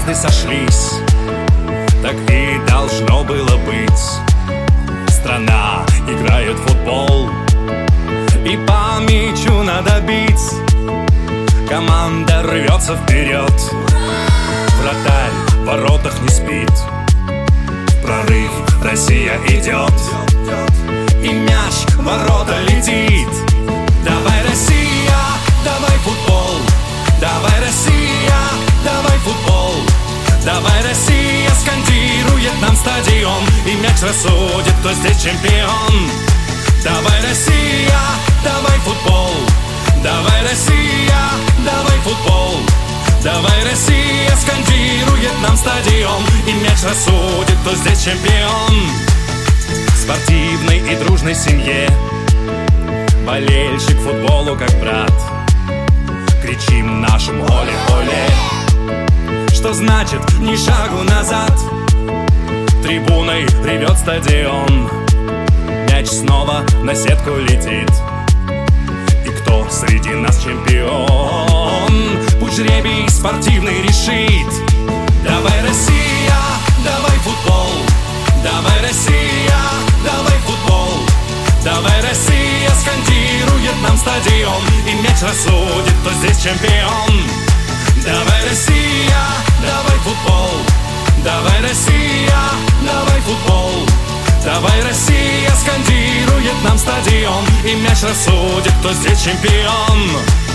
звезды сошлись, так и должно было быть. Страна играет в футбол, и по мячу надо бить. Команда рвется вперед, вратарь в воротах не спит. В прорыв Россия идет, и мяч в ворота летит. Давай, Россия, давай футбол. Давай, Россия, давай футбол. Давай, Россия, скандирует нам стадион, и мяч рассудит, кто здесь чемпион. Давай, Россия, давай футбол. Давай, Россия, давай футбол. Давай, Россия, скандирует нам стадион, и мяч рассудит, кто здесь чемпион. В спортивной и дружной семье болельщик футболу как брат. Кричим нашим оле-оле, что значит ни шагу назад. Трибуной ревет стадион, мяч снова на сетку летит. И кто среди нас чемпион? Пусть жребий спортивный решит. Давай, Россия, давай футбол. Давай, Россия, давай футбол. Давай, Россия, скандирует нам стадион, и мяч рассудит, кто здесь чемпион. Давай, Россия, давай футбол. Давай, Россия, давай футбол. Давай, Россия, скандирует нам стадион, и мяч рассудит, кто здесь чемпион.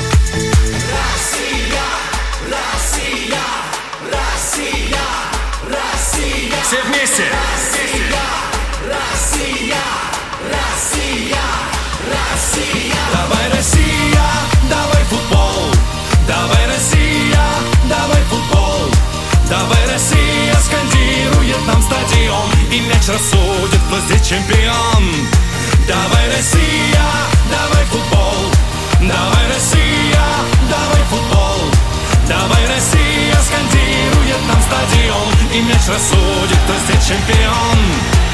Россия, Россия, Россия, Россия. Все вместе. Россия, Россия, Россия, Россия. Давай, Россия, давай футбол. Давай, Россия, давай футбол. Давай, Россия, скандирует нам стадион, и мяч рассудит, кто здесь чемпион. Давай, Россия, давай футбол. Давай, Россия, давай футбол. Давай, Россия, скандирует нам стадион, и мяч рассудит, кто здесь чемпион.